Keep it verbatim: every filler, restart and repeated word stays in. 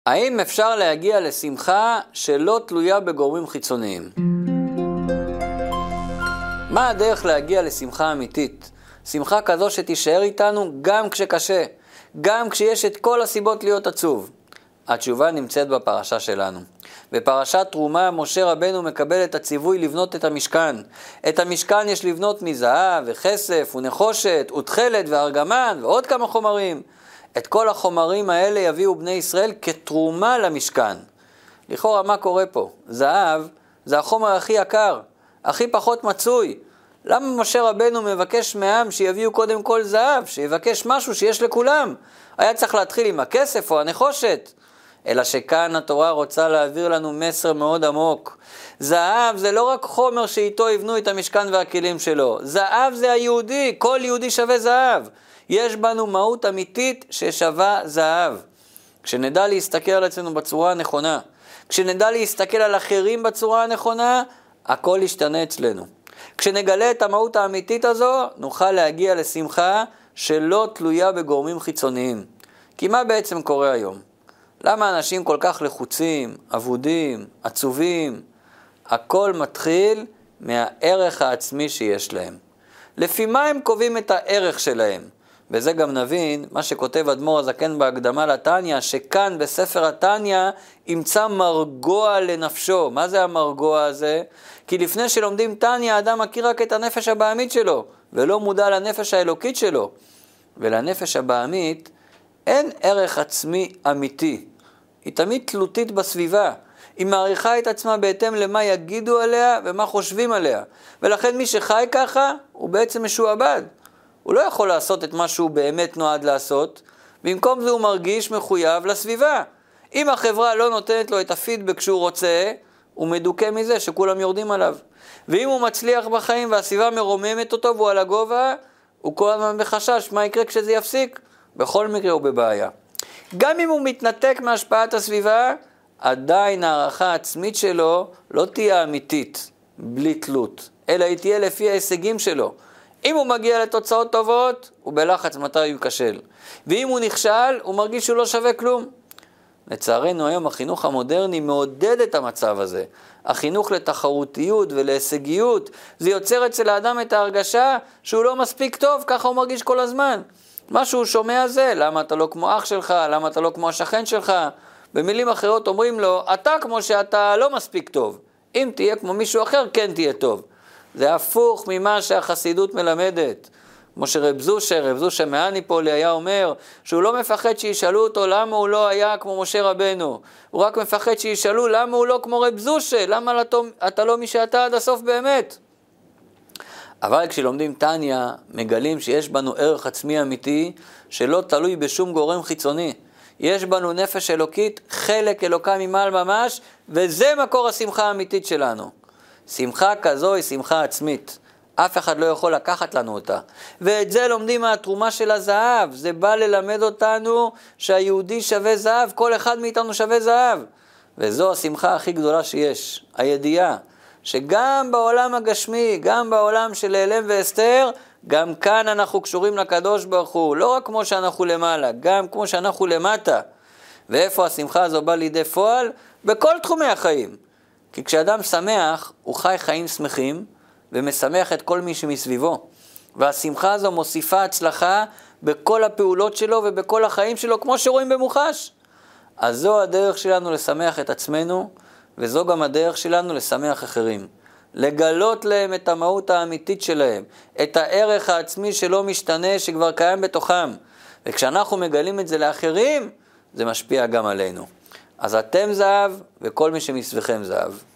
האם אפשר להגיע לשמחה שלא תלויה בגורמים חיצוניים? מה הדרך להגיע לשמחה אמיתית? שמחה כזו שתישאר איתנו גם כשקשה, גם כשיש את כל הסיבות להיות עצוב. התשובה נמצאת בפרשה שלנו. בפרשת תרומה משה רבנו מקבל את הציווי לבנות את המשכן. את המשכן יש לבנות מזהב וכסף ונחושת ותכלת וארגמן ועוד כמה חומרים. את כל החומרים האלה יביאו בני ישראל כתרומה למשכן. לכאורה מה קורה פה? זהב זה החומר הכי יקר, הכי פחות מצוי. למה משה רבנו מבקש מהעם שיביאו קודם כל זהב, שיבקש משהו שיש לכולם? היה צריך להתחיל עם הכסף או הנחושת. אלא שכאן התורה רוצה להעביר לנו מסר מאוד עמוק. זהב זה לא רק חומר שאיתו יבנו את המשכן והכלים שלו. זהב זה היהודי, כל יהודי שווה זהב. יש בנו מהות אמיתית ששווה זהב. כשנדע להסתכל על עצמנו בצורה הנכונה, כשנדע להסתכל על אחרים בצורה הנכונה, הכל ישתנה אצלנו. כשנגלה את המהות האמיתית הזו, נוכל להגיע לשמחה שלא תלויה בגורמים חיצוניים. כי מה בעצם קורה היום? למה אנשים כל כך לחוצים, עבודים, עצובים? הכל מתחיל מהערך העצמי שיש להם. לפי מה הם קובעים את הערך שלהם? וזה גם נבין מה שכותב אדמו"ר הזקן בהקדמה לתניא, שכאן בספר התניא ימצא מרגוע לנפשו. מה זה המרגוע הזה? כי לפני שלומדים תניא, האדם מכיר רק את הנפש הבהמית שלו, ולא מודע לנפש האלוקית שלו. ולנפש הבהמית אין ערך עצמי אמיתי. היא תמיד תלותית בסביבה. היא מעריכה את עצמה בהתאם למה יגידו עליה ומה חושבים עליה. ולכן מי שחי ככה הוא בעצם משועבד. הוא לא יכול לעשות את מה שהוא באמת נועד לעשות, במקום זה הוא מרגיש מחויב לסביבה. אם החברה לא נותנת לו את הפידבק שהוא רוצה, הוא מדוכא מזה שכולם יורדים עליו. ואם הוא מצליח בחיים והסביבה מרוממת אותו והוא על הגובה, הוא כל הזמן בחשש מה יקרה כשזה יפסיק. בכל מקרה הוא בבעיה. גם אם הוא מתנתק מהשפעת הסביבה, עדיין הערכה העצמית שלו לא תהיה אמיתית, בלי תלות, אלא היא תהיה לפי ההישגים שלו. אם הוא מגיע לתוצאות טובות, הוא בלחץ מתי הוא ייכשל. ואם הוא נכשל, הוא מרגיש שהוא לא שווה כלום. לצערנו היום החינוך המודרני מעודד את המצב הזה. החינוך לתחרותיות ולהישגיות, זה יוצר אצל האדם את ההרגשה שהוא לא מספיק טוב, ככה הוא מרגיש כל הזמן. מה שהוא שומע זה, למה אתה לא כמו אח שלך, למה אתה לא כמו השכן שלך. במילים אחרות אומרים לו, אתה כמו שאתה לא מספיק טוב. אם תהיה כמו מישהו אחר, כן תהיה טוב. זה הפוך ממה שהחסידות מלמדת. כמו שרב זושה, רב זושה מהניפולי היה אומר, שהוא לא מפחד שישאלו אותו למה הוא לא היה כמו משה רבנו. הוא רק מפחד שישאלו למה הוא לא כמו רב זושה, למה אתה לא מי שאתה עד הסוף באמת. אבל כשלומדים תניא, מגלים שיש בנו ערך עצמי אמיתי, שלא תלוי בשום גורם חיצוני. יש בנו נפש אלוקית, חלק אלוקה ממעל ממש, וזה מקור השמחה האמיתית שלנו. שמחה כזו היא שמחה עצמית. אף אחד לא יכול לקחת לנו אותה. ואת זה לומדים מהתרומה של הזהב. זה בא ללמד אותנו שהיהודי שווה זהב, כל אחד מאיתנו שווה זהב. וזו השמחה הכי גדולה שיש. הידיעה שגם בעולם הגשמי, גם בעולם של אלם ואסתר, גם כאן אנחנו קשורים לקדוש ברוך הוא. לא רק כמו שאנחנו למעלה, גם כמו שאנחנו למטה. ואיפה השמחה הזו באה לידי פועל? בכל תחומי החיים. כי כשאדם שמח, הוא חי חיים שמחים, ומשמח את כל מי שמסביבו. והשמחה הזו מוסיפה הצלחה בכל הפעולות שלו ובכל החיים שלו, כמו שרואים במוחש. אז זו הדרך שלנו לשמח את עצמנו, וזו גם הדרך שלנו לשמח אחרים. לגלות להם את המהות האמיתית שלהם, את הערך העצמי שלא משתנה, שכבר קיים בתוכם. וכשאנחנו מגלים את זה לאחרים, זה משפיע גם עלינו. אז אתם זהב, וכל מי שמסביבכם זהב.